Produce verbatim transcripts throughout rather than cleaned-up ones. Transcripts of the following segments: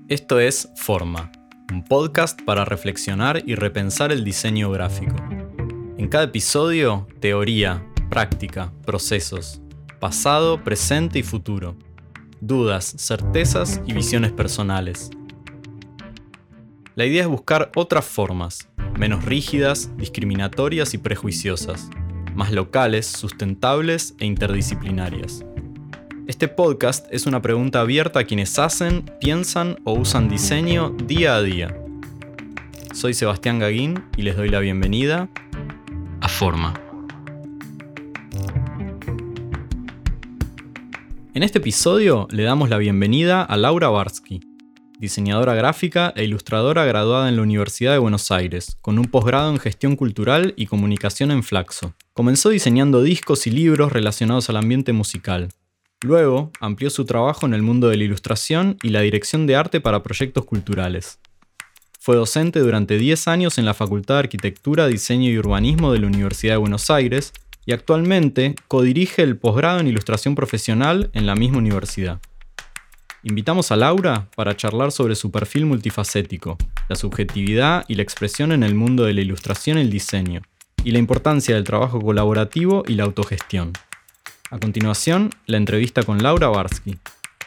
Esto es Forma, un podcast para reflexionar y repensar el diseño gráfico. En cada episodio, teoría, práctica, procesos, pasado, presente y futuro, dudas, certezas y visiones personales. La idea es buscar otras formas, menos rígidas, discriminatorias y prejuiciosas, más locales, sustentables e interdisciplinarias. Este podcast es una pregunta abierta a quienes hacen, piensan o usan diseño día a día. Soy Sebastián Gaguín y les doy la bienvenida a Forma. En este episodio le damos la bienvenida a Laura Barsky, diseñadora gráfica e ilustradora graduada en la Universidad de Buenos Aires, con un posgrado en Gestión Cultural y Comunicación en Flaxo. Comenzó diseñando discos y libros relacionados al ambiente musical. Luego, amplió su trabajo en el mundo de la ilustración y la dirección de arte para proyectos culturales. Fue docente durante diez años en la Facultad de Arquitectura, Diseño y Urbanismo de la Universidad de Buenos Aires y actualmente codirige el posgrado en Ilustración Profesional en la misma universidad. Invitamos a Laura para charlar sobre su perfil multifacético, la subjetividad y la expresión en el mundo de la ilustración y el diseño, y la importancia del trabajo colaborativo y la autogestión. A continuación, la entrevista con Laura Barsky.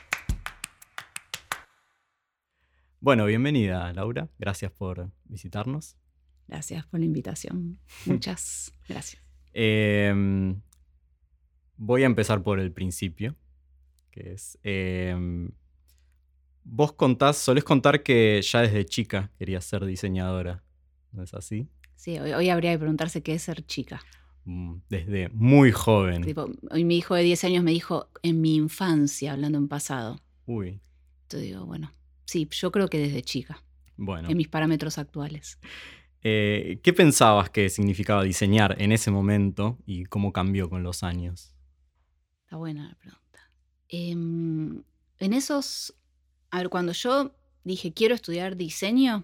Bueno, bienvenida, Laura. Gracias por visitarnos. Gracias por la invitación. Muchas gracias. Eh, voy a empezar por el principio, que es... Eh, vos contás, solés contar que ya desde chica querías ser diseñadora, ¿no es así? Sí, hoy, hoy habría que preguntarse qué es ser chica. Desde muy joven. Tipo, hoy mi hijo de diez años me dijo, en mi infancia, hablando en pasado. Uy. Entonces digo, bueno, sí, yo creo que desde chica. Bueno. En mis parámetros actuales. Eh, ¿Qué pensabas que significaba diseñar en ese momento y cómo cambió con los años? Está buena la pregunta. Eh, en esos... A ver, cuando yo dije quiero estudiar diseño,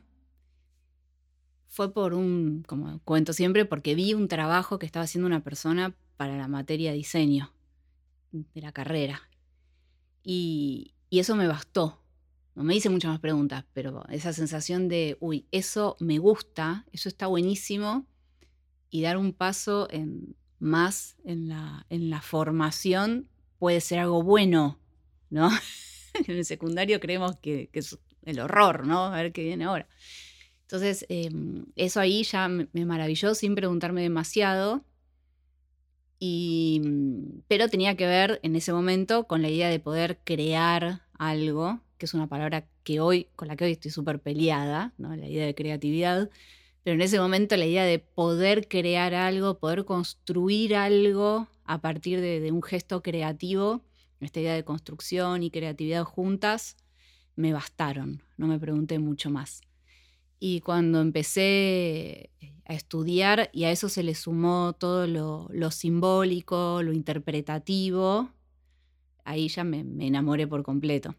fue por un, como cuento siempre, porque vi un trabajo que estaba haciendo una persona para la materia de diseño de la carrera. Y, y eso me bastó. No me hice muchas más preguntas, pero esa sensación de, uy, eso me gusta, eso está buenísimo, y dar un paso en, más en la, en la formación puede ser algo bueno, ¿no? En el secundario creemos que, que es el horror, ¿no? A ver qué viene ahora. Entonces, eh, eso ahí ya me, me maravilló sin preguntarme demasiado. Y, pero tenía que ver en ese momento con la idea de poder crear algo, que es una palabra que hoy, con la que hoy estoy súper peleada, ¿no? La idea de creatividad. Pero en ese momento la idea de poder crear algo, poder construir algo a partir de, de un gesto creativo, esta idea de construcción y creatividad juntas, me bastaron. No me pregunté mucho más. Y cuando empecé a estudiar, y a eso se le sumó todo lo, lo simbólico, lo interpretativo, ahí ya me, me enamoré por completo.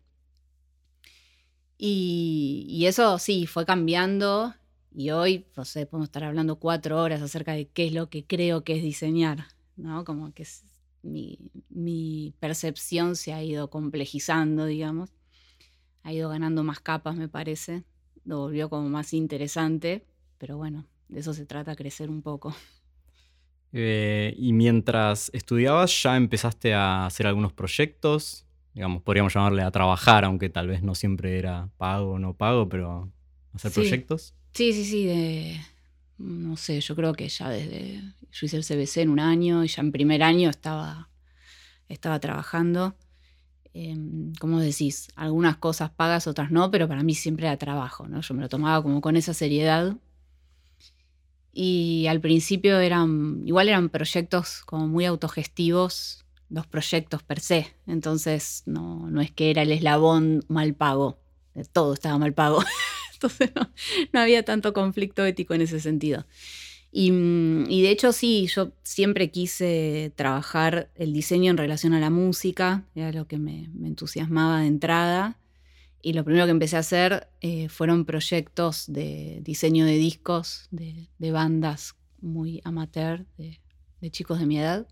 Y, y eso sí, fue cambiando, y hoy, no sé, podemos estar hablando cuatro horas acerca de qué es lo que creo que es diseñar, ¿no? Como que es, mi, mi percepción se ha ido complejizando, digamos, ha ido ganando más capas, me parece. Lo volvió como más interesante, pero bueno, de eso se trata, crecer un poco. Eh, y mientras estudiabas, ¿ya empezaste a hacer algunos proyectos? Digamos, podríamos llamarle a trabajar, aunque tal vez no siempre era pago o no pago, pero hacer sí. proyectos. Sí, sí, sí, de, no sé, yo creo que ya desde, yo hice el C B C en un año y ya en primer año estaba, estaba trabajando. Eh, como decís, algunas cosas pagas, otras no, pero para mí siempre era trabajo, ¿no? Yo me lo tomaba como con esa seriedad. Y al principio eran, igual eran proyectos como muy autogestivos, los proyectos per se. Entonces no, no es que era el eslabón mal pago, todo estaba mal pago. Entonces no, no había tanto conflicto ético en ese sentido. Y, y de hecho sí, yo siempre quise trabajar el diseño en relación a la música, era lo que me, me entusiasmaba de entrada. Y lo primero que empecé a hacer eh, fueron proyectos de diseño de discos, de, de bandas muy amateur, de, de chicos de mi edad.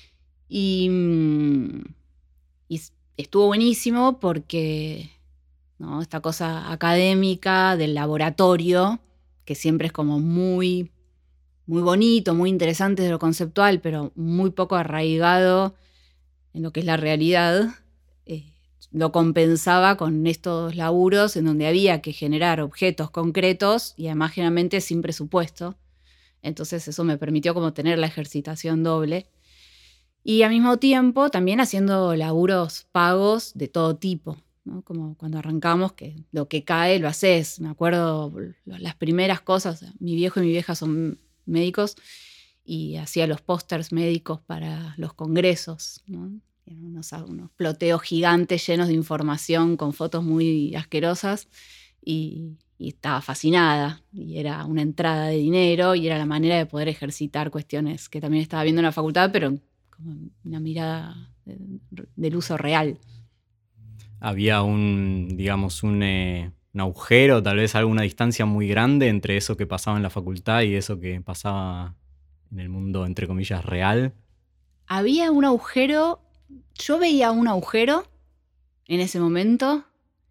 Y, y estuvo buenísimo porque ¿no? Esta cosa académica del laboratorio, que siempre es como muy, muy bonito, muy interesante de lo conceptual, pero muy poco arraigado en lo que es la realidad, eh, lo compensaba con estos laburos en donde había que generar objetos concretos y además generalmente sin presupuesto. Entonces eso me permitió como tener la ejercitación doble. Y al mismo tiempo también haciendo laburos pagos de todo tipo, ¿no? Como cuando arrancamos, que lo que cae lo haces. Me acuerdo las primeras cosas, mi viejo y mi vieja son médicos y hacía los pósters médicos para los congresos, ¿no? Unos, unos ploteos gigantes llenos de información con fotos muy asquerosas y, y estaba fascinada y era una entrada de dinero y era la manera de poder ejercitar cuestiones que también estaba viendo en la facultad, pero como una mirada de, del uso real. Había un, digamos, un, eh, un agujero, tal vez alguna distancia muy grande entre eso que pasaba en la facultad y eso que pasaba en el mundo, entre comillas, real. Había un agujero, yo veía un agujero en ese momento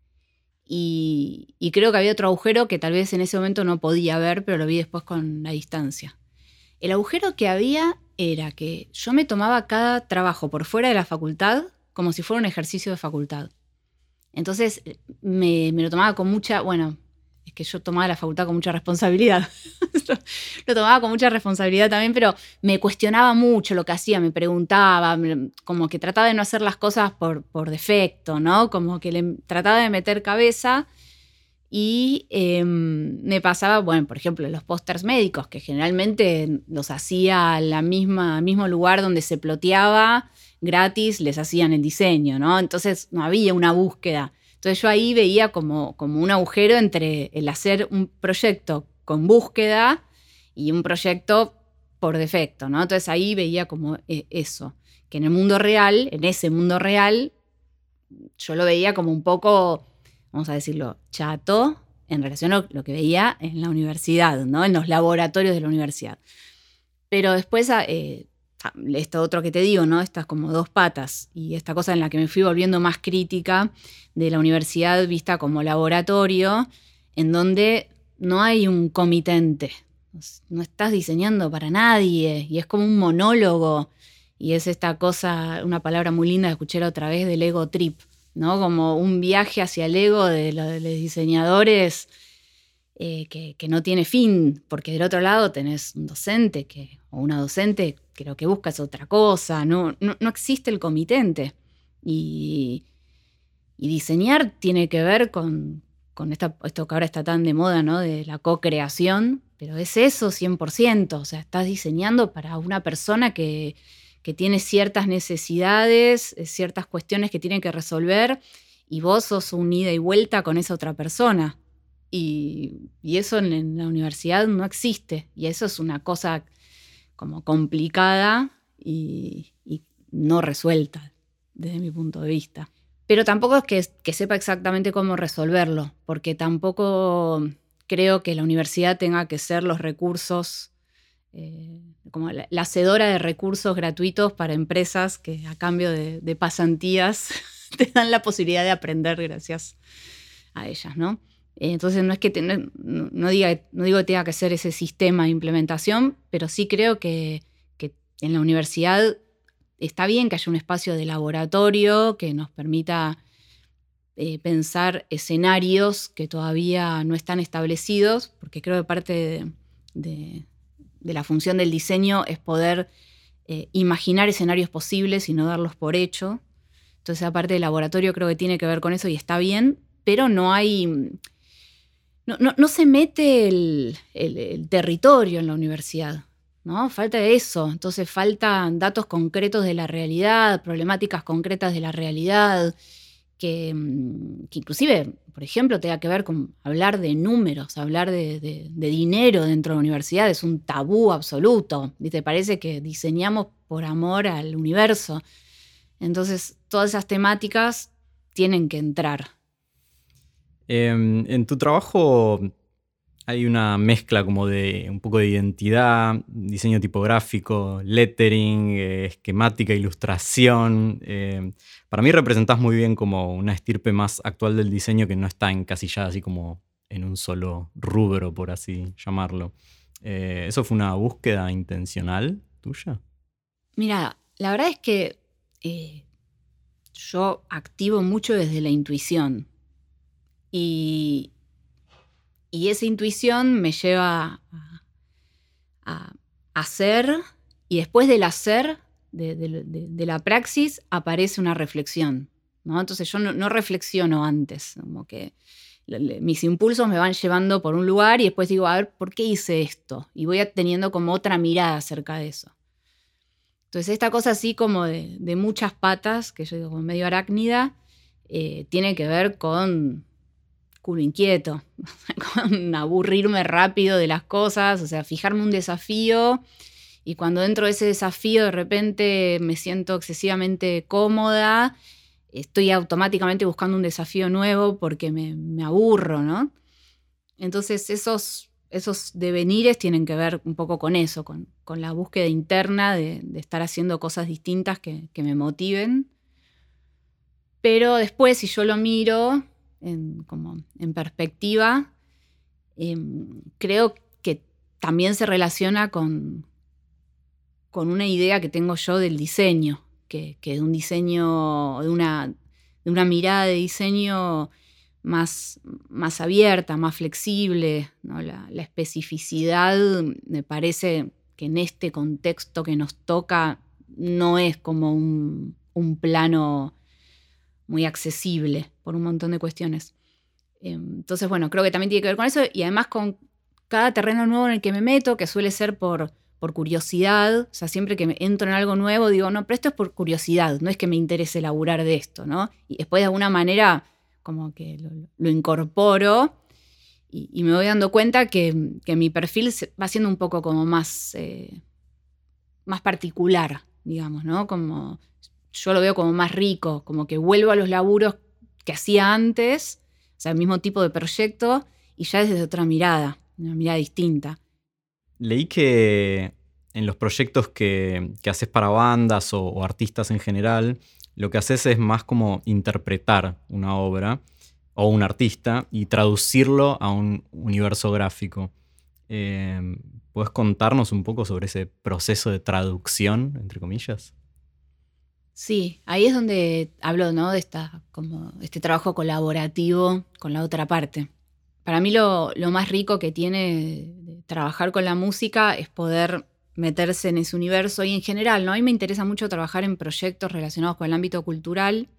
y, y creo que había otro agujero que tal vez en ese momento no podía ver, pero lo vi después con la distancia. El agujero que había era que yo me tomaba cada trabajo por fuera de la facultad como si fuera un ejercicio de facultad. Entonces me, me lo tomaba con mucha, bueno, es que yo tomaba la facultad con mucha responsabilidad. Lo tomaba con mucha responsabilidad también, pero me cuestionaba mucho lo que hacía, me preguntaba, me, como que trataba de no hacer las cosas por, por defecto, ¿no? Como que le trataba de meter cabeza y eh, me pasaba, bueno, por ejemplo, los pósters médicos, que generalmente los hacía al mismo lugar donde se ploteaba, gratis, les hacían el diseño, ¿no? Entonces no había una búsqueda. Entonces yo ahí veía como, como un agujero entre el hacer un proyecto con búsqueda y un proyecto por defecto, ¿no? Entonces ahí veía como eso, que en el mundo real, en ese mundo real, yo lo veía como un poco, vamos a decirlo, chato en relación a lo que veía en la universidad, ¿no? En los laboratorios de la universidad. Pero después, eh, esto otro que te digo, ¿no? Estas como dos patas y esta cosa en la que me fui volviendo más crítica de la universidad vista como laboratorio, en donde no hay un comitente, no estás diseñando para nadie y es como un monólogo y es esta cosa, una palabra muy linda que escuché la otra vez del ego trip, ¿no? Como un viaje hacia el ego de los, de los diseñadores eh, que, que no tiene fin, porque del otro lado tenés un docente que, o una docente que lo que busca es otra cosa, no, no, no existe el comitente. Y, y diseñar tiene que ver con, con esta, esto que ahora está tan de moda, ¿no? De la co-creación, pero es eso cien por ciento, o sea, estás diseñando para una persona que, que tiene ciertas necesidades, ciertas cuestiones que tiene que resolver, y vos sos un ida y vuelta con esa otra persona. Y, y eso en, en la universidad no existe, y eso es una cosa como complicada y, y no resuelta desde mi punto de vista. Pero tampoco es que, que sepa exactamente cómo resolverlo, porque tampoco creo que la universidad tenga que ser los recursos, eh, como la, la hacedora de recursos gratuitos para empresas que a cambio de, de pasantías te dan la posibilidad de aprender gracias a ellas, ¿no? Entonces no es que te, no, no, diga, no digo que tenga que ser ese sistema de implementación, pero sí creo que, que en la universidad está bien que haya un espacio de laboratorio que nos permita eh, pensar escenarios que todavía no están establecidos, porque creo que parte de, de, de la función del diseño es poder eh, imaginar escenarios posibles y no darlos por hecho. Entonces esa parte del laboratorio creo que tiene que ver con eso y está bien, pero no hay... No, no, no se mete el, el, el territorio en la universidad, ¿no? Falta eso. Entonces faltan datos concretos de la realidad, problemáticas concretas de la realidad, que, que inclusive, por ejemplo, tenga que ver con hablar de números, hablar de, de, de dinero dentro de la universidad. Es un tabú absoluto. ¿Viste? Parece que diseñamos por amor al universo. Entonces, todas esas temáticas tienen que entrar. Eh, en tu trabajo Hay una mezcla como de un poco de identidad, diseño tipográfico, lettering, eh, esquemática, ilustración. Eh, para mí representás muy bien como una estirpe más actual del diseño que no está encasillada así como en un solo rubro, por así llamarlo. Eh, ¿Eso fue una búsqueda intencional tuya? Mira, la verdad es que eh, yo activo mucho desde la intuición. Y, y esa intuición me lleva a, a hacer, y después del hacer, de, de- de- de la praxis, aparece una reflexión, ¿no? Entonces yo no, no reflexiono antes, como que le- le- mis impulsos me van llevando por un lugar y después digo, a ver, ¿por qué hice esto? Y voy teniendo como otra mirada acerca de eso. Entonces esta cosa así como de, de muchas patas, que yo digo como medio arácnida, eh, tiene que ver con culo inquieto, con aburrirme rápido de las cosas, o sea, fijarme un desafío y cuando dentro de ese desafío de repente me siento excesivamente cómoda, estoy automáticamente buscando un desafío nuevo porque me, me aburro, ¿no? Entonces esos, esos devenires tienen que ver un poco con eso, con, con la búsqueda interna de, de estar haciendo cosas distintas que, que me motiven. Pero después, si yo lo miro en, como en perspectiva, eh, creo que también se relaciona con, con una idea que tengo yo del diseño, que, que de un diseño, de una, de una mirada de diseño más, más abierta, más flexible, ¿no? La, la especificidad me parece que en este contexto que nos toca no es como un, un plano muy accesible por un montón de cuestiones. Entonces, bueno, creo que también tiene que ver con eso y además con cada terreno nuevo en el que me meto, que suele ser por, por curiosidad. O sea, siempre que me entro en algo nuevo digo, no, pero esto es por curiosidad, no es que me interese laburar de esto, ¿no? Y después de alguna manera como que lo, lo incorporo y, y me voy dando cuenta que, que mi perfil se va siendo un poco como más, eh, más particular, digamos, ¿no? Como yo lo veo como más rico, como que vuelvo a los laburos que hacía antes, o sea, el mismo tipo de proyecto, y ya desde otra mirada, una mirada distinta. Leí que en los proyectos que, que haces para bandas o, o artistas en general, lo que haces es más como interpretar una obra o un artista y traducirlo a un universo gráfico. Eh, ¿Puedes contarnos un poco sobre ese proceso de traducción, entre comillas? Sí, ahí es donde hablo, ¿no? De esta, como este trabajo colaborativo con la otra parte. Para mí lo, lo más rico que tiene de trabajar con la música es poder meterse en ese universo y en general, ¿no? A mí me interesa mucho trabajar en proyectos relacionados con el ámbito cultural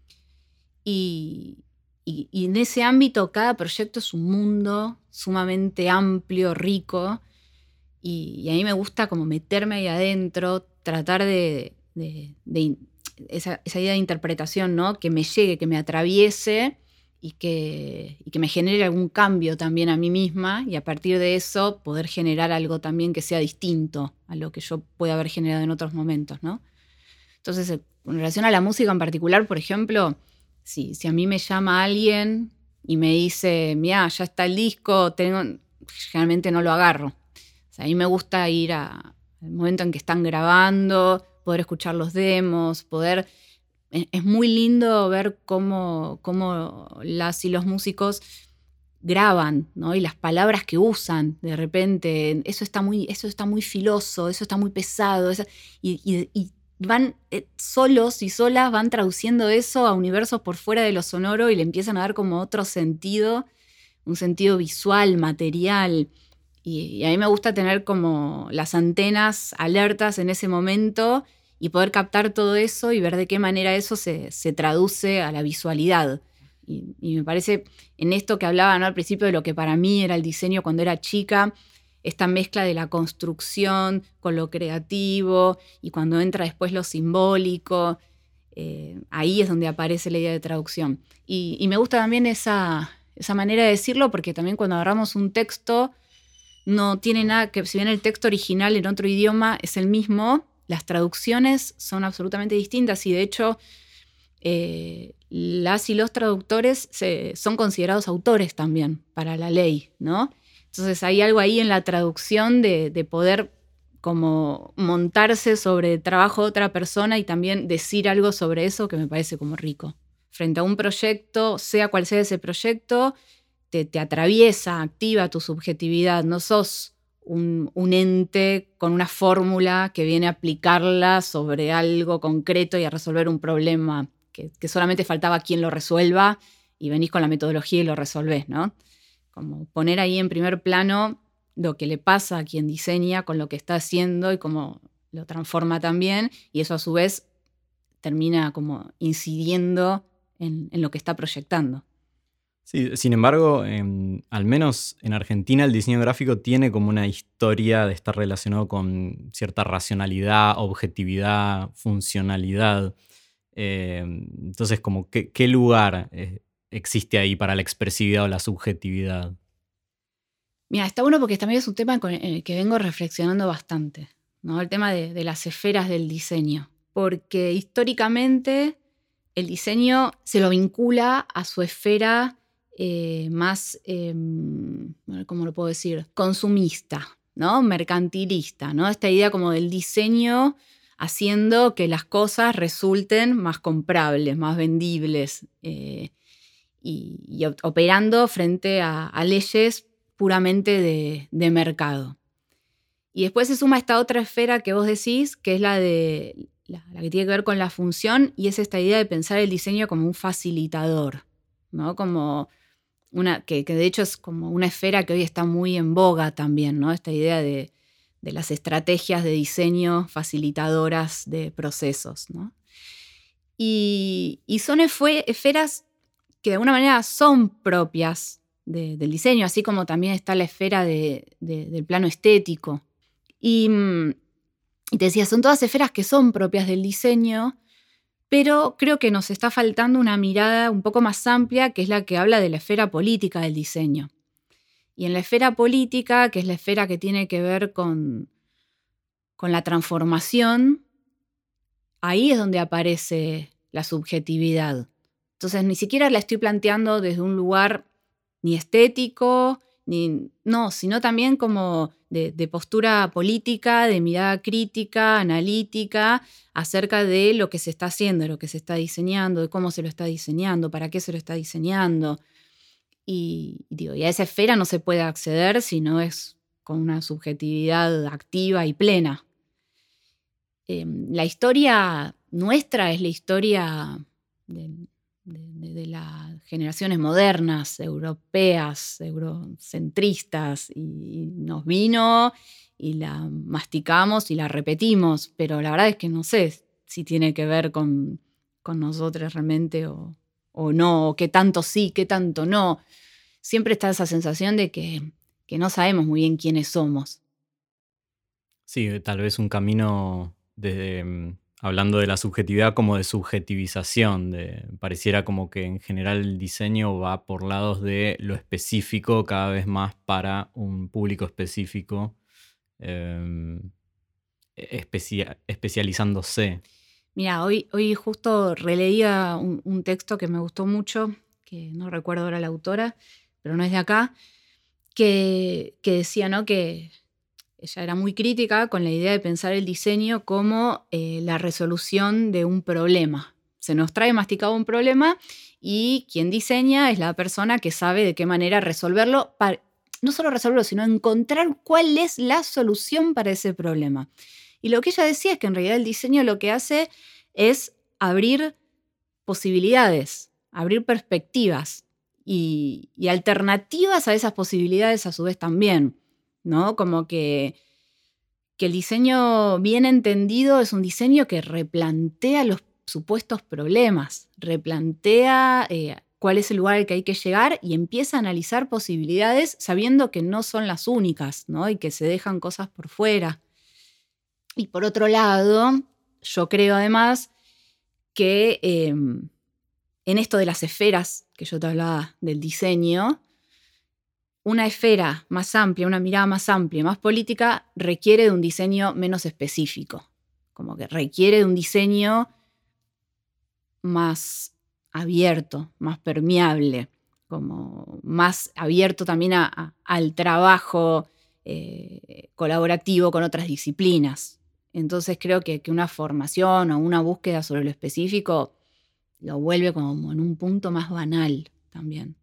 y, y, y en ese ámbito cada proyecto es un mundo sumamente amplio, rico y, y a mí me gusta como meterme ahí adentro, tratar de, de, de esa, esa idea de interpretación, ¿no? Que me llegue, que me atraviese y que, y que me genere algún cambio también a mí misma y a partir de eso poder generar algo también que sea distinto a lo que yo pueda haber generado en otros momentos, ¿no? Entonces, en relación a la música en particular, por ejemplo, si, si a mí me llama alguien y me dice, mira, ya está el disco, tengo, generalmente no lo agarro. O sea, a mí me gusta ir a, al momento en que están grabando, poder escuchar los demos, poder... Es muy lindo ver cómo, cómo las y los músicos graban, ¿no? Y las palabras que usan, de repente, eso está muy, eso está muy filoso, eso está muy pesado, eso, y, y, y van eh, solos y solas, van traduciendo eso a universos por fuera de lo sonoro y le empiezan a dar como otro sentido, un sentido visual, material. Y, y a mí me gusta tener como las antenas alertas en ese momento y poder captar todo eso y ver de qué manera eso se, se traduce a la visualidad. Y, y me parece, en esto que hablaba, ¿no? Al principio de lo que para mí era el diseño cuando era chica, esta mezcla de la construcción con lo creativo y cuando entra después lo simbólico, eh, ahí es donde aparece la idea de traducción. Y, y me gusta también esa, esa manera de decirlo porque también cuando agarramos un texto no tiene nada que, si bien el texto original en otro idioma es el mismo, las traducciones son absolutamente distintas y de hecho eh, las y los traductores se, son considerados autores también para la ley, ¿no? Entonces hay algo ahí en la traducción de, de poder como montarse sobre el trabajo de otra persona y también decir algo sobre eso que me parece como rico. Frente a un proyecto, sea cual sea ese proyecto, te, te atraviesa, activa tu subjetividad. No sos un, un ente con una fórmula que viene a aplicarla sobre algo concreto y a resolver un problema que, que solamente faltaba quien lo resuelva y venís con la metodología y lo resolvés, ¿no? Como poner ahí en primer plano lo que le pasa a quien diseña con lo que está haciendo y cómo lo transforma también, y eso a su vez termina como incidiendo en, en lo que está proyectando. Sí, sin embargo, eh, al menos en Argentina el diseño gráfico tiene como una historia de estar relacionado con cierta racionalidad, objetividad, funcionalidad. Eh, entonces, como ¿qué, qué lugar eh, existe ahí para la expresividad o la subjetividad? Mira, está bueno porque también es un tema con el que vengo reflexionando bastante, ¿no? El tema de, de las esferas del diseño. Porque históricamente el diseño se lo vincula a su esfera eh, más, eh, ¿cómo lo puedo decir? Consumista, ¿no? Mercantilista, ¿no? Esta idea como del diseño haciendo que las cosas resulten más comprables, más vendibles, eh, y, y operando frente a, a leyes puramente de, de mercado. Y después se suma esta otra esfera que vos decís, que es la, de, la, la que tiene que ver con la función, y es esta idea de pensar el diseño como un facilitador, ¿no? Como una, que, que de hecho es como una esfera que hoy está muy en boga también, ¿no? Esta idea de, de las estrategias de diseño facilitadoras de procesos, ¿no? Y, y son esferas que de alguna manera son propias de, del diseño, así como también está la esfera de, de, del plano estético. Y, y te decía, son todas esferas que son propias del diseño, pero creo que nos está faltando una mirada un poco más amplia, que es la que habla de la esfera política del diseño. Y en la esfera política, que es la esfera que tiene que ver con, con la transformación, ahí es donde aparece la subjetividad. Entonces ni siquiera la estoy planteando desde un lugar ni estético, ni, no, sino también como de, de postura política, de mirada crítica, analítica, acerca de lo que se está haciendo, de lo que se está diseñando, de cómo se lo está diseñando, para qué se lo está diseñando. Y, digo, y a esa esfera no se puede acceder si no es con una subjetividad activa y plena. Eh, la historia nuestra es la historia de, de, de las generaciones modernas, europeas, eurocentristas, y nos vino y la masticamos y la repetimos, pero la verdad es que no sé si tiene que ver con, con nosotros realmente o, o no, o qué tanto sí, qué tanto no. Siempre está esa sensación de que, que no sabemos muy bien quiénes somos. Sí, tal vez un camino desde, mm, hablando de la subjetividad como de subjetivización, de, pareciera como que en general el diseño va por lados de lo específico cada vez más para un público específico, eh, especia- especializándose. Mira, hoy, hoy justo releía un, un texto que me gustó mucho, que no recuerdo ahora la autora, pero no es de acá, que, que decía, ¿no?, que ella era muy crítica con la idea de pensar el diseño como eh, la resolución de un problema. Se nos trae masticado un problema y quien diseña es la persona que sabe de qué manera resolverlo, para, no solo resolverlo, sino encontrar cuál es la solución para ese problema. Y lo que ella decía es que en realidad el diseño lo que hace es abrir posibilidades, abrir perspectivas y, y alternativas a esas posibilidades a su vez también, ¿no? Como que, que el diseño bien entendido es un diseño que replantea los supuestos problemas, replantea eh, cuál es el lugar al que hay que llegar y empieza a analizar posibilidades sabiendo que no son las únicas, ¿no? Y que se dejan cosas por fuera. Y por otro lado, yo creo además que eh, en esto de las esferas, que yo te hablaba del diseño, una esfera más amplia, una mirada más amplia, más política, requiere de un diseño menos específico. Como que requiere de un diseño más abierto, más permeable. como más abierto también a, a, al trabajo eh, colaborativo con otras disciplinas. Entonces creo que, que una formación o una búsqueda sobre lo específico lo vuelve como en un punto más banal también.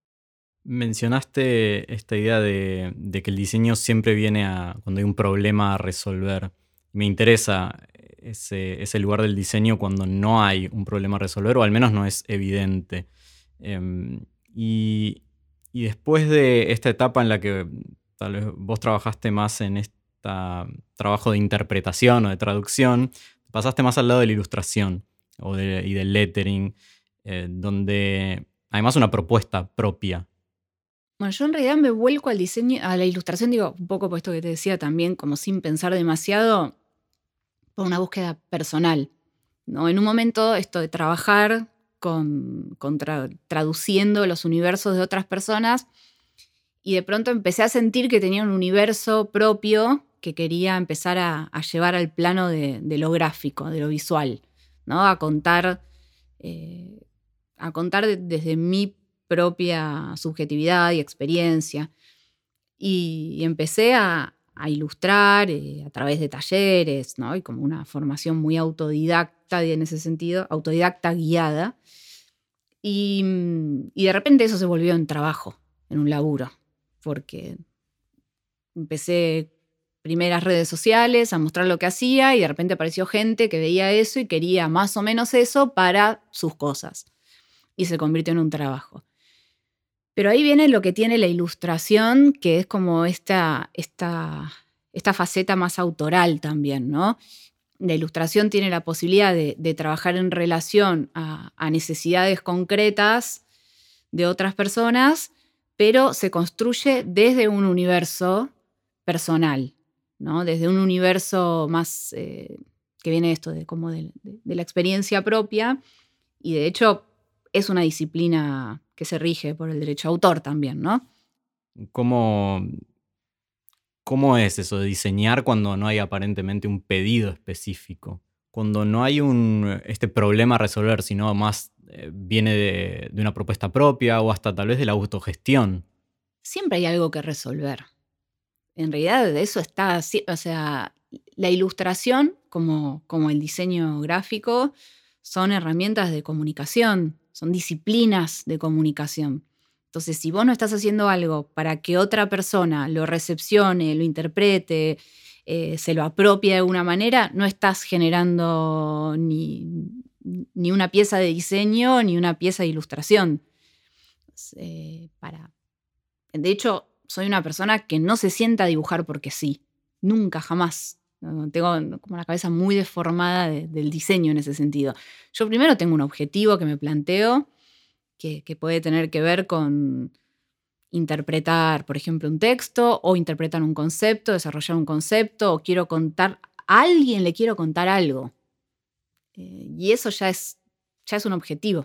Mencionaste esta idea de, de que el diseño siempre viene a cuando hay un problema a resolver. Me interesa ese, ese lugar del diseño cuando no hay un problema a resolver, o al menos no es evidente. Eh, y, y después de esta etapa en la que tal vez vos trabajaste más en este trabajo de interpretación o de traducción, pasaste más al lado de la ilustración o de, y del lettering, eh, donde además una propuesta propia. Bueno, yo en realidad me vuelco al diseño, a la ilustración, digo, un poco por esto que te decía también, como sin pensar demasiado, por una búsqueda personal, ¿no? En un momento esto de trabajar con, con tra- traduciendo los universos de otras personas, y de pronto empecé a sentir que tenía un universo propio que quería empezar a, a llevar al plano de, de lo gráfico, de lo visual, ¿no? A contar, eh, a contar de- desde mi propia subjetividad y experiencia. Y, y empecé a, a ilustrar eh, a través de talleres, ¿no? Y como una formación muy autodidacta y en ese sentido, autodidacta guiada. Y, mm, y de repente eso se volvió en trabajo, en un laburo, porque empecé primeras redes sociales a mostrar lo que hacía y de repente apareció gente que veía eso y quería más o menos eso para sus cosas. Y se convirtió en un trabajo. Pero ahí viene lo que tiene la ilustración, que es como esta, esta, esta faceta más autoral también, ¿no? La ilustración tiene la posibilidad de, de trabajar en relación a, a necesidades concretas de otras personas, pero se construye desde un universo personal, ¿no? Desde un universo más eh, que viene esto de, como de, de, de la experiencia propia, y de hecho es una disciplina que se rige por el derecho a autor también, ¿no? ¿Cómo, ¿Cómo es eso de diseñar cuando no hay aparentemente un pedido específico? Cuando no hay un, este problema a resolver, sino más eh, viene de, de una propuesta propia o hasta tal vez de la autogestión. Siempre hay algo que resolver. En realidad de eso está, o sea, la ilustración como, como el diseño gráfico son herramientas de comunicación, son disciplinas de comunicación. Entonces, si vos no estás haciendo algo para que otra persona lo recepcione, lo interprete, eh, se lo apropie de alguna manera, no estás generando ni, ni una pieza de diseño ni una pieza de ilustración. Eh, para, de hecho, soy una persona que no se sienta a dibujar porque sí. Nunca, jamás. Tengo como la cabeza muy deformada de, del diseño en ese sentido. Yo primero tengo un objetivo que me planteo que, que puede tener que ver con interpretar, por ejemplo, un texto o interpretar un concepto, desarrollar un concepto o quiero contar, a alguien le quiero contar algo. Eh, y eso ya es, ya es un objetivo.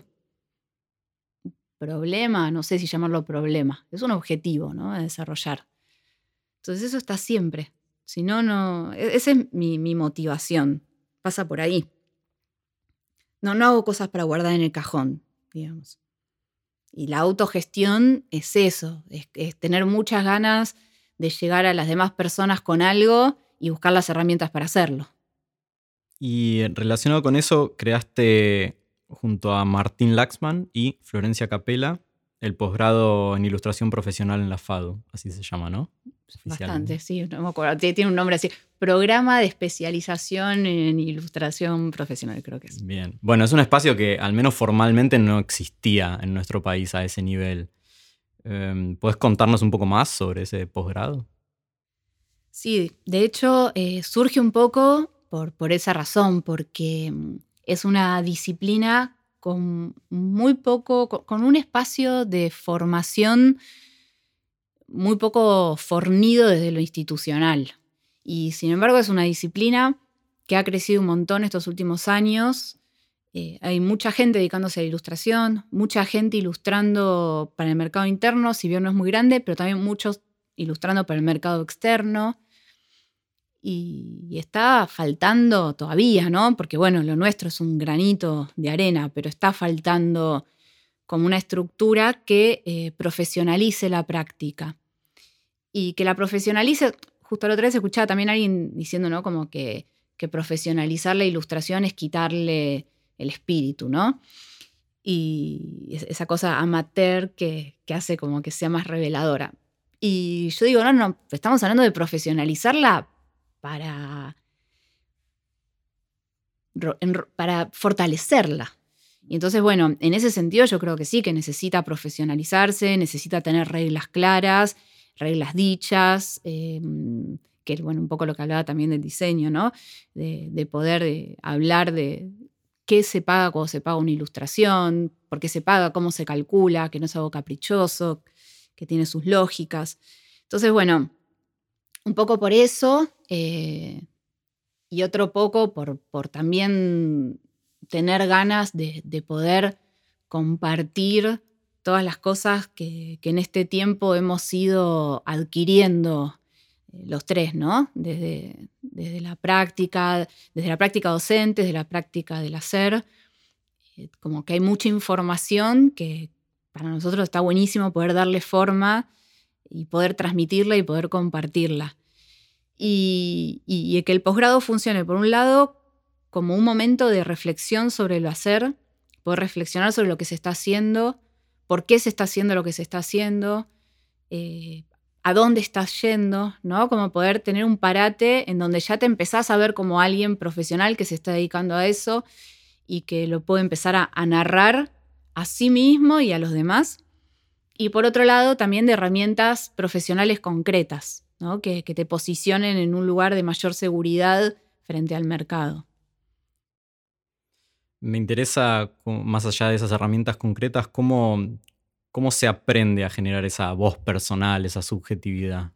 Problema, no sé si llamarlo problema, es un objetivo, ¿no? A desarrollar. Entonces eso está siempre. Si no, no. Esa es mi, mi motivación. Pasa por ahí. No, no hago cosas para guardar en el cajón, digamos. Y la autogestión es eso, es, es tener muchas ganas de llegar a las demás personas con algo y buscar las herramientas para hacerlo. Y relacionado con eso, creaste junto a Martín Laxman y Florencia Capella el posgrado en Ilustración Profesional en la FADU, así se llama, ¿no? Bastante, sí, no me acuerdo. Tiene un nombre así. Programa de especialización en ilustración profesional, creo que es. Bien. Bueno, es un espacio que al menos formalmente no existía en nuestro país a ese nivel. Eh, ¿Puedes contarnos un poco más sobre ese posgrado? Sí, de hecho eh, surge un poco por, por esa razón, porque es una disciplina con muy poco, con, con un espacio de formación muy poco fornido desde lo institucional. Y sin embargo es una disciplina que ha crecido un montón estos últimos años. Eh, hay mucha gente dedicándose a la ilustración, mucha gente ilustrando para el mercado interno, si bien no es muy grande, pero también muchos ilustrando para el mercado externo. Y, y está faltando todavía, ¿no? Porque bueno, lo nuestro es un granito de arena, pero está faltando como una estructura que eh, profesionalice la práctica. Y que la profesionalice, justo la otra vez escuchaba también a alguien diciendo, ¿no? Como que, que profesionalizar la ilustración es quitarle el espíritu, ¿no? Y esa cosa amateur que, que hace como que sea más reveladora. Y yo digo, no, no, estamos hablando de profesionalizarla para, para fortalecerla. Y entonces, bueno, en ese sentido yo creo que sí, que necesita profesionalizarse, necesita tener reglas claras, reglas dichas, eh, que es bueno, un poco lo que hablaba también del diseño, ¿no? De, de poder de hablar de qué se paga cuando se paga una ilustración, por qué se paga, cómo se calcula, que no es algo caprichoso, que tiene sus lógicas. Entonces, bueno, un poco por eso eh, y otro poco por, por también tener ganas de, de poder compartir todas las cosas que, que en este tiempo hemos ido adquiriendo eh, los tres, ¿no? Desde, desde la práctica, desde la práctica docente, desde la práctica del hacer. Eh, como que hay mucha información que para nosotros está buenísimo poder darle forma y poder transmitirla y poder compartirla. Y, y, y que el posgrado funcione, por un lado, como un momento de reflexión sobre lo hacer, poder reflexionar sobre lo que se está haciendo, por qué se está haciendo lo que se está haciendo, eh, a dónde estás yendo, ¿no? Como poder tener un parate en donde ya te empezás a ver como alguien profesional que se está dedicando a eso y que lo puede empezar a, a narrar a sí mismo y a los demás. Y por otro lado, también de herramientas profesionales concretas, ¿no? que, que te posicionen en un lugar de mayor seguridad frente al mercado. Me interesa, más allá de esas herramientas concretas, cómo, cómo se aprende a generar esa voz personal, esa subjetividad.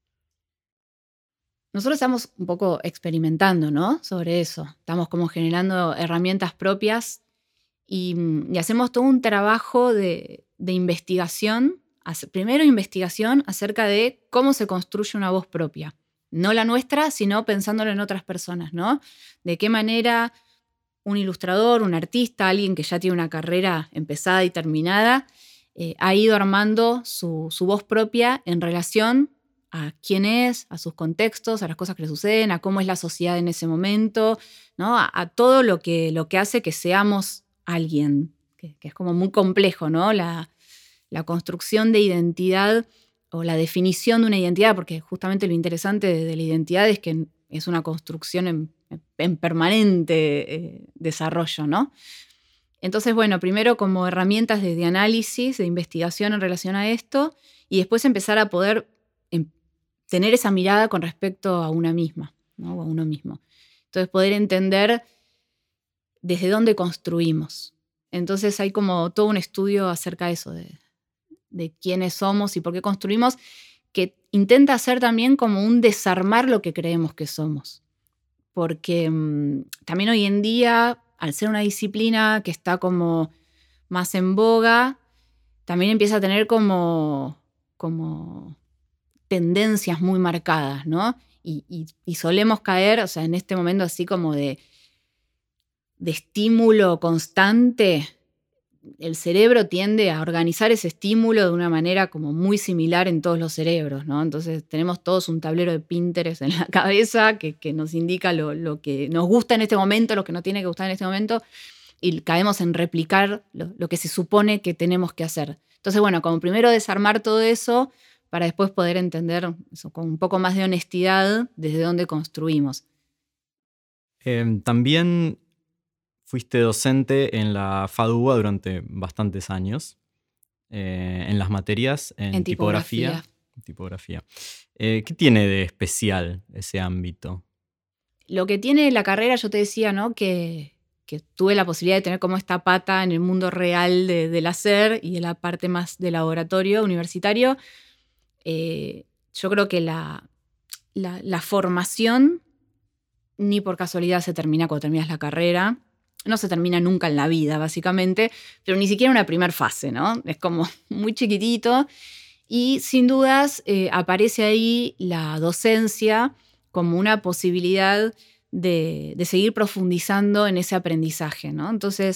Nosotros estamos un poco experimentando, ¿no? Sobre eso. Estamos como generando herramientas propias y, y hacemos todo un trabajo de, de investigación. Primero investigación acerca de cómo se construye una voz propia. No la nuestra, sino pensándolo en otras personas, ¿no? De qué manera un ilustrador, un artista, alguien que ya tiene una carrera empezada y terminada, eh, ha ido armando su, su voz propia en relación a quién es, a sus contextos, a las cosas que le suceden, a cómo es la sociedad en ese momento, ¿no? a, a todo lo que, lo que hace que seamos alguien, que, que es como muy complejo, ¿no? La, la construcción de identidad o la definición de una identidad, porque justamente lo interesante de, de la identidad es que es una construcción en, en permanente eh, desarrollo, ¿no? Entonces, bueno, primero como herramientas de, de análisis, de investigación en relación a esto, y después empezar a poder em, tener esa mirada con respecto a una misma, ¿no? O a uno mismo. Entonces, poder entender desde dónde construimos. Entonces, hay como todo un estudio acerca de eso, de, de quiénes somos y por qué construimos, que intenta hacer también como un desarmar lo que creemos que somos. Porque mmm, también hoy en día, al ser una disciplina que está como más en boga, también empieza a tener como, como tendencias muy marcadas, ¿no? Y, y, y solemos caer, o sea, en este momento así como de, de estímulo constante, el cerebro tiende a organizar ese estímulo de una manera como muy similar en todos los cerebros, ¿no? Entonces tenemos todos un tablero de Pinterest en la cabeza que, que nos indica lo, lo que nos gusta en este momento, lo que no tiene que gustar en este momento, y caemos en replicar lo, lo que se supone que tenemos que hacer. Entonces, bueno, como primero desarmar todo eso para después poder entender eso, con un poco más de honestidad desde dónde construimos. Eh, también fuiste docente en la FADUBA durante bastantes años, eh, en las materias en, En tipografía. tipografía. tipografía. Eh, ¿Qué tiene de especial ese ámbito? Lo que tiene la carrera, yo te decía, ¿no? Que, que tuve la posibilidad de tener como esta pata en el mundo real de, del hacer y de la parte más de laboratorio universitario. Eh, yo creo que la, la, la formación ni por casualidad se termina cuando terminas la carrera. No se termina nunca en la vida, básicamente, pero ni siquiera una primera fase, ¿no? Es como muy chiquitito y sin dudas eh, aparece ahí la docencia como una posibilidad de, de seguir profundizando en ese aprendizaje, ¿no? Entonces,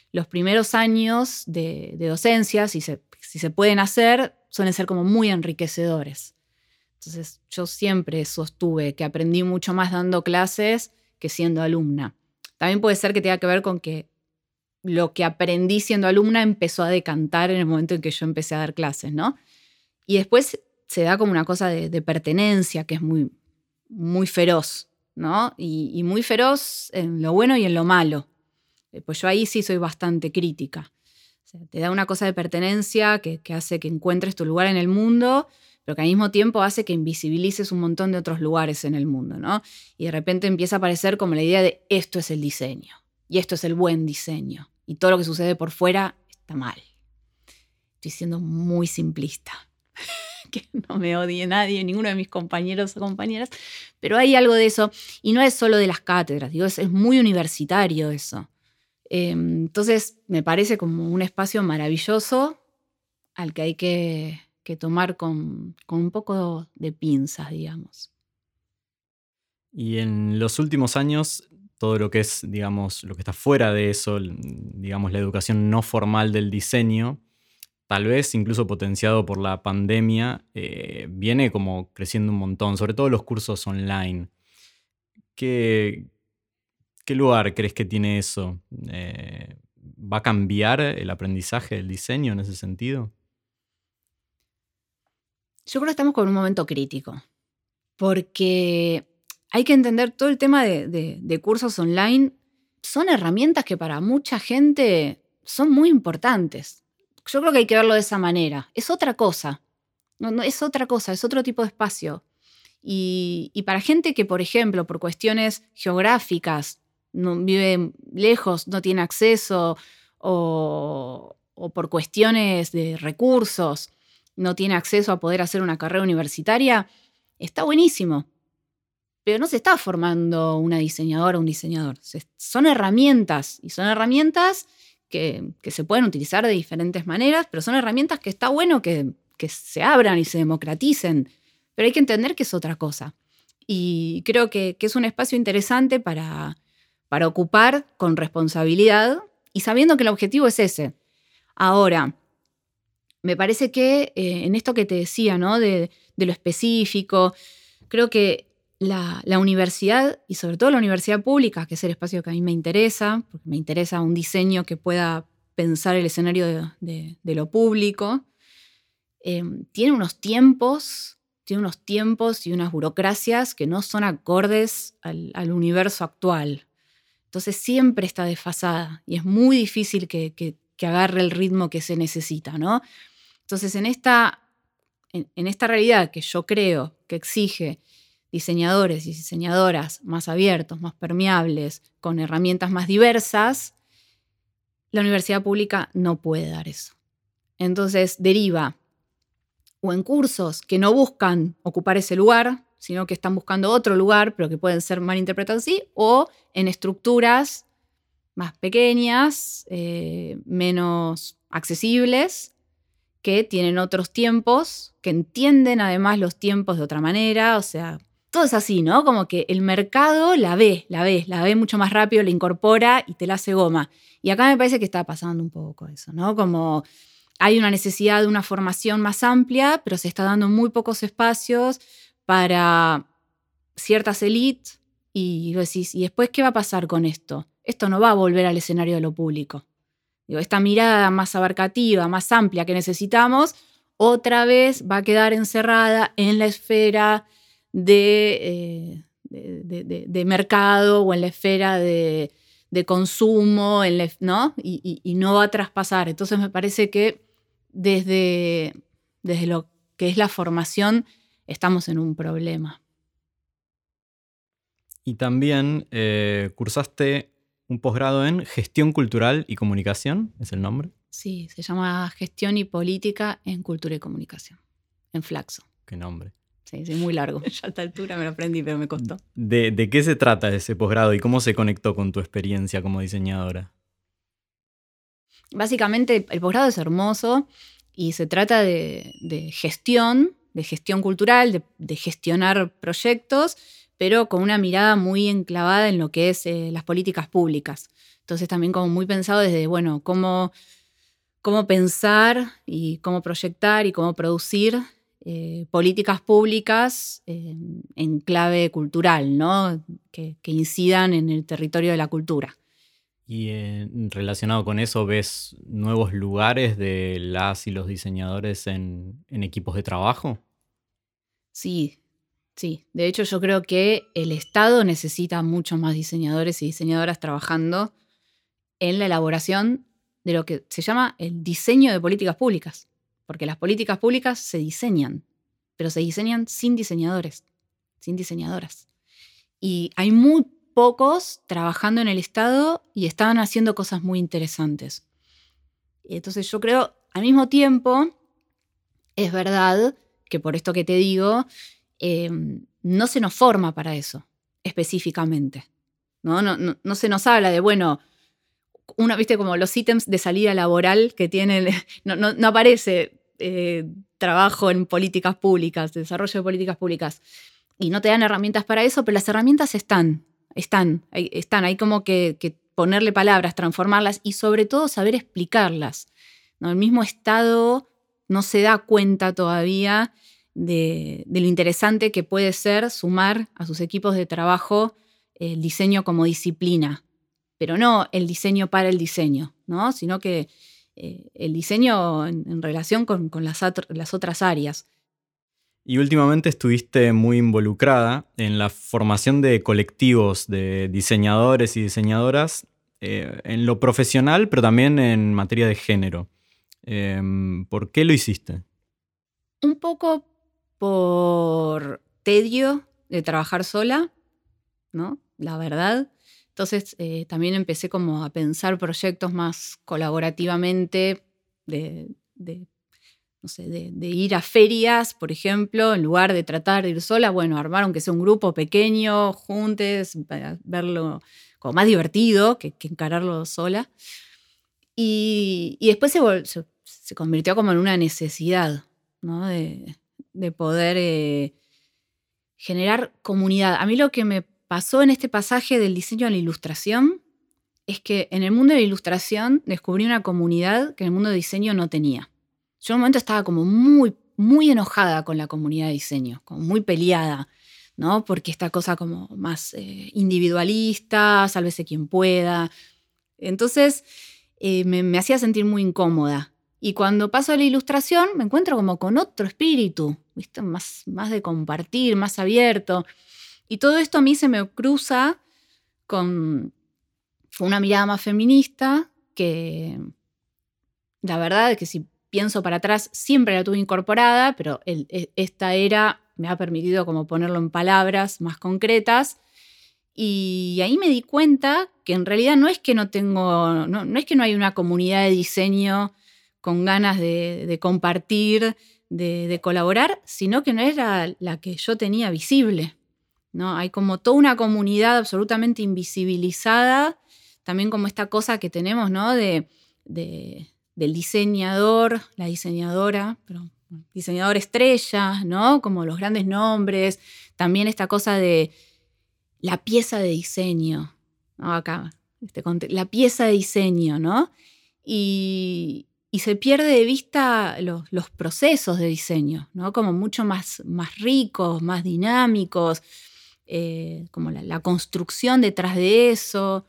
los primeros años de, de docencia, si se, si se pueden hacer, suelen ser como muy enriquecedores. Entonces yo siempre sostuve que aprendí mucho más dando clases que siendo alumna. También puede ser que tenga que ver con que lo que aprendí siendo alumna empezó a decantar en el momento en que yo empecé a dar clases, ¿no? Y después se da como una cosa de, de pertenencia que es muy, muy feroz, ¿no? Y, y muy feroz en lo bueno y en lo malo. Pues yo ahí sí soy bastante crítica. O sea, te da una cosa de pertenencia que, que hace que encuentres tu lugar en el mundo, pero que al mismo tiempo hace que invisibilices un montón de otros lugares en el mundo, ¿no? Y de repente empieza a aparecer como la idea de esto es el diseño, y esto es el buen diseño, y todo lo que sucede por fuera está mal. Estoy siendo muy simplista. Que no me odie nadie, ninguno de mis compañeros o compañeras, pero hay algo de eso, y no es solo de las cátedras, digo, es, es muy universitario eso. Eh, entonces me parece como un espacio maravilloso al que hay que, que tomar con, con un poco de pinzas, digamos. Y en los últimos años, todo lo que es, digamos, lo que está fuera de eso, digamos, la educación no formal del diseño, tal vez incluso potenciado por la pandemia, eh, viene como creciendo un montón, sobre todo los cursos online. ¿Qué, qué lugar crees que tiene eso? Eh, ¿Va a cambiar el aprendizaje del diseño en ese sentido? Yo creo que estamos con un momento crítico, porque hay que entender todo el tema de, de, de cursos online. Son herramientas que para mucha gente son muy importantes. Yo creo que hay que verlo de esa manera. Es otra cosa. No, no, es otra cosa, es otro tipo de espacio. Y, y para gente que, por ejemplo, por cuestiones geográficas, no, vive lejos, no tiene acceso, o, o por cuestiones de recursos, no tiene acceso a poder hacer una carrera universitaria, está buenísimo. Pero no se está formando una diseñadora o un diseñador. Se, son herramientas, y son herramientas que, que se pueden utilizar de diferentes maneras, pero son herramientas que está bueno que, que se abran y se democraticen. Pero hay que entender que es otra cosa. Y creo que, que es un espacio interesante para, para ocupar con responsabilidad y sabiendo que el objetivo es ese. Ahora, me parece que eh, en esto que te decía, ¿no? de, de lo específico, creo que la, la universidad, y sobre todo la universidad pública, que es el espacio que a mí me interesa, porque me interesa un diseño que pueda pensar el escenario de, de, de lo público, eh, tiene unos tiempos, tiene unos tiempos y unas burocracias que no son acordes al, al universo actual. Entonces siempre está desfasada y es muy difícil que, que, que agarre el ritmo que se necesita, ¿no? Entonces, en esta, en, en esta realidad que yo creo que exige diseñadores y diseñadoras más abiertos, más permeables, con herramientas más diversas, la universidad pública no puede dar eso. Entonces, deriva o en cursos que no buscan ocupar ese lugar, sino que están buscando otro lugar, pero que pueden ser mal interpretados así, o en estructuras más pequeñas, eh, menos accesibles, que tienen otros tiempos, que entienden además los tiempos de otra manera, o sea, todo es así, ¿no? Como que el mercado la ve, la ve, la ve mucho más rápido, la incorpora y te la hace goma. Y acá me parece que está pasando un poco eso, ¿no? Como hay una necesidad de una formación más amplia, pero se está dando muy pocos espacios para ciertas élites y vos decís, ¿y después qué va a pasar con esto? Esto no va a volver al escenario de lo público. Digo, esta mirada más abarcativa, más amplia que necesitamos, otra vez va a quedar encerrada en la esfera de, eh, de, de, de, de mercado o en la esfera de, de consumo, en la, ¿no? Y, y, y no va a traspasar. Entonces me parece que desde, desde lo que es la formación estamos en un problema. Y también eh, cursaste un posgrado en Gestión Cultural y Comunicación, ¿es el nombre? Sí, se llama Gestión y Política en Cultura y Comunicación, en Flaxo. ¿Qué nombre? Sí, sí, muy largo. Ya a esta altura me lo aprendí, pero me costó. ¿De, de qué se trata ese posgrado y cómo se conectó con tu experiencia como diseñadora? Básicamente, el posgrado es hermoso y se trata de, de gestión, de gestión cultural, de, de gestionar proyectos, pero con una mirada muy enclavada en lo que es eh, las políticas públicas. Entonces también como muy pensado desde, bueno, cómo, cómo pensar y cómo proyectar y cómo producir eh, políticas públicas eh, en clave cultural, ¿no? Que, que incidan en el territorio de la cultura. Y eh, relacionado con eso, ¿ves nuevos lugares de las y los diseñadores en, en equipos de trabajo? Sí, sí. De hecho, yo creo que el Estado necesita muchos más diseñadores y diseñadoras trabajando en la elaboración de lo que se llama el diseño de políticas públicas. Porque las políticas públicas se diseñan, pero se diseñan sin diseñadores, sin diseñadoras. Y hay muy pocos trabajando en el Estado y estaban haciendo cosas muy interesantes. Entonces yo creo, al mismo tiempo, es verdad que por esto que te digo, eh, no se nos forma para eso, específicamente. ¿no? No, no, no se nos habla de, bueno, una, viste, como los ítems de salida laboral que tienen, no, no, no aparece eh, trabajo en políticas públicas, desarrollo de políticas públicas, y no te dan herramientas para eso, pero las herramientas están, están, hay, están, hay como que, que ponerle palabras, transformarlas y sobre todo saber explicarlas. ¿no? El mismo Estado no se da cuenta todavía de, de lo interesante que puede ser sumar a sus equipos de trabajo el diseño como disciplina, pero no el diseño para el diseño, ¿no? sino que eh, el diseño en, en relación con, con las, at- las otras áreas. Y últimamente estuviste muy involucrada en la formación de colectivos de diseñadores y diseñadoras eh, en lo profesional, pero también en materia de género. Eh, ¿Por qué lo hiciste? Un poco por tedio de trabajar sola, ¿no? La verdad. Entonces eh, también empecé como a pensar proyectos más colaborativamente de, de, no sé, de, de ir a ferias, por ejemplo, en lugar de tratar de ir sola, bueno, armar aunque sea un grupo pequeño, juntes, para verlo como más divertido que, que encararlo sola. Y, y después se, vol- se, se convirtió como en una necesidad, ¿no? de, de poder eh, generar comunidad. A mí lo que me pasó en este pasaje del diseño a la ilustración es que en el mundo de la ilustración descubrí una comunidad que en el mundo de diseño no tenía. Yo en un momento estaba como muy, muy enojada con la comunidad de diseño, como muy peleada, ¿no? Porque esta cosa como más eh, individualista, sálvese quien pueda. Entonces eh, me, me hacía sentir muy incómoda. Y cuando paso a la ilustración me encuentro como con otro espíritu, ¿viste? Más, más de compartir, más abierto. Y todo esto a mí se me cruza con una mirada más feminista que la verdad es que si pienso para atrás siempre la tuve incorporada, pero el, esta era me ha permitido como ponerlo en palabras más concretas. Y ahí me di cuenta que en realidad no es que no tengo, no, no es que no hay una comunidad de diseño con ganas de, de compartir, de, de colaborar, sino que no era la que yo tenía visible, ¿no? Hay como toda una comunidad absolutamente invisibilizada, también como esta cosa que tenemos, ¿no? De, de, del diseñador, la diseñadora, pero diseñador estrella, ¿no? Como los grandes nombres, también esta cosa de la pieza de diseño, ¿no? Acá, este, la pieza de diseño, ¿no? Y, y se pierde de vista los, los procesos de diseño, ¿no? Como mucho más, más ricos, más dinámicos, eh, como la, la construcción detrás de eso.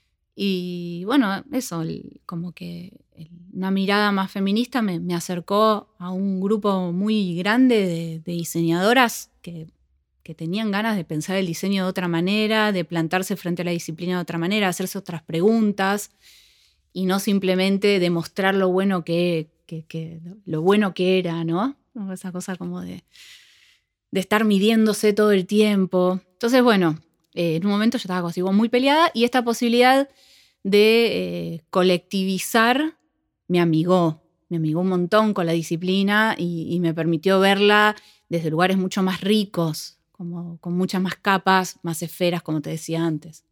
Y bueno, eso, el, como que el, una mirada más feminista me, me acercó a un grupo muy grande de, de diseñadoras que que tenían ganas de pensar el diseño de otra manera, de plantarse frente a la disciplina de otra manera, hacerse otras preguntas y no simplemente demostrar lo bueno que, que, que lo bueno que era, ¿no? Esa cosa como de, de estar midiéndose todo el tiempo. Entonces, bueno, eh, en un momento yo estaba consigo muy peleada y esta posibilidad de eh, colectivizar me amigó, me amigó un montón con la disciplina y, y me permitió verla desde lugares mucho más ricos, como con muchas más capas, más esferas, como te decía antes.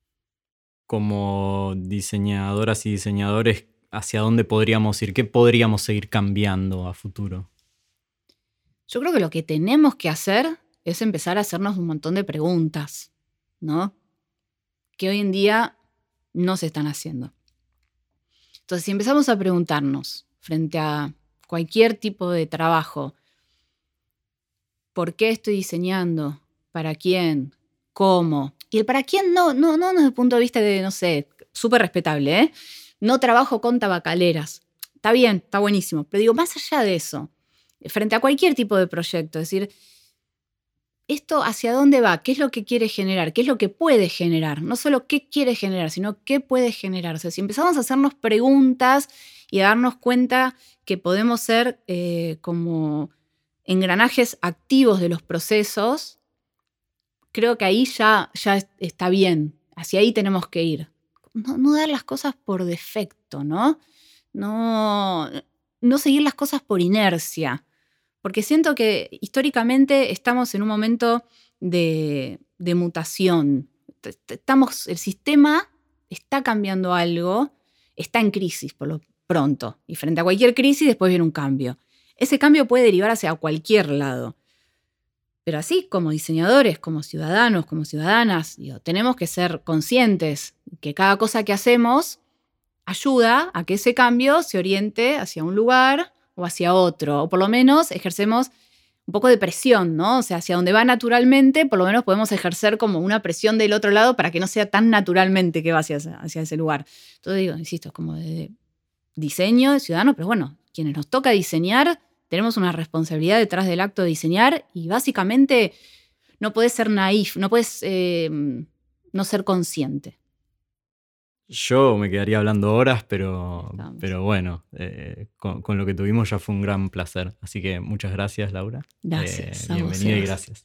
Como diseñadoras y diseñadores, ¿hacia dónde podríamos ir? ¿Qué podríamos seguir cambiando a futuro? Yo creo que lo que tenemos que hacer es empezar a hacernos un montón de preguntas, ¿no? Que hoy en día no se están haciendo. Entonces, si empezamos a preguntarnos frente a cualquier tipo de trabajo, ¿por qué estoy diseñando? ¿Para quién? ¿Cómo? Y el para quién no, no, no desde el punto de vista de, no sé, súper respetable, ¿eh? No trabajo con tabacaleras. Está bien, está buenísimo. Pero digo, más allá de eso, frente a cualquier tipo de proyecto, es decir, ¿esto hacia dónde va? ¿Qué es lo que quiere generar? ¿Qué es lo que puede generar? No solo qué quiere generar, sino qué puede generar. O sea, si empezamos a hacernos preguntas y a darnos cuenta que podemos ser eh, como engranajes activos de los procesos, creo que ahí ya, ya está bien. Hacia ahí tenemos que ir. No, no dar las cosas por defecto, ¿no? No, no seguir las cosas por inercia. Porque siento que históricamente estamos en un momento de, de mutación. Estamos, el sistema está cambiando algo, está en crisis por lo pronto. Y frente a cualquier crisis después viene un cambio. Ese cambio puede derivar hacia cualquier lado. Pero así, como diseñadores, como ciudadanos, como ciudadanas, digo, tenemos que ser conscientes que cada cosa que hacemos ayuda a que ese cambio se oriente hacia un lugar o hacia otro. O por lo menos ejercemos un poco de presión, ¿no? O sea, hacia donde va naturalmente, por lo menos podemos ejercer como una presión del otro lado para que no sea tan naturalmente que va hacia, hacia ese lugar. Entonces digo, insisto, es como de diseño de ciudadanos, pero bueno, quienes nos toca diseñar, tenemos una responsabilidad detrás del acto de diseñar y básicamente no puedes ser naif, no puedes eh, no ser consciente. Yo me quedaría hablando horas, pero, pero bueno, eh, con, con lo que tuvimos ya fue un gran placer. Así que muchas gracias, Laura. Gracias. Eh, bienvenida y gracias.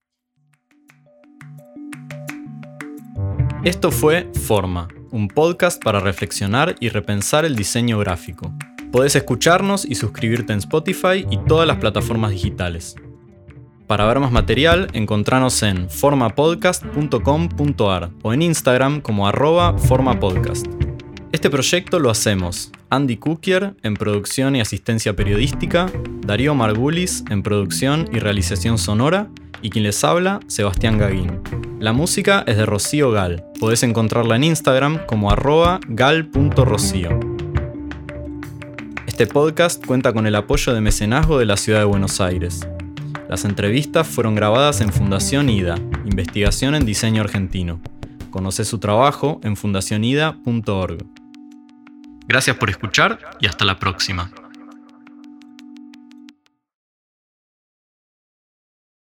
Esto fue Forma, un podcast para reflexionar y repensar el diseño gráfico. Podés escucharnos y suscribirte en Spotify y todas las plataformas digitales. Para ver más material, encontranos en formapodcast punto com punto a r o en Instagram como arroba formapodcast. Este proyecto lo hacemos Andy Kukier en producción y asistencia periodística, Darío Margulis en producción y realización sonora y quien les habla, Sebastián Gaguín. La música es de Rocío Gal. Podés encontrarla en Instagram como arroba gal punto rocío. Este podcast cuenta con el apoyo de mecenazgo de la Ciudad de Buenos Aires. Las entrevistas fueron grabadas en Fundación I D A, Investigación en Diseño Argentino. Conocé su trabajo en fundación ida punto org. Gracias por escuchar y hasta la próxima.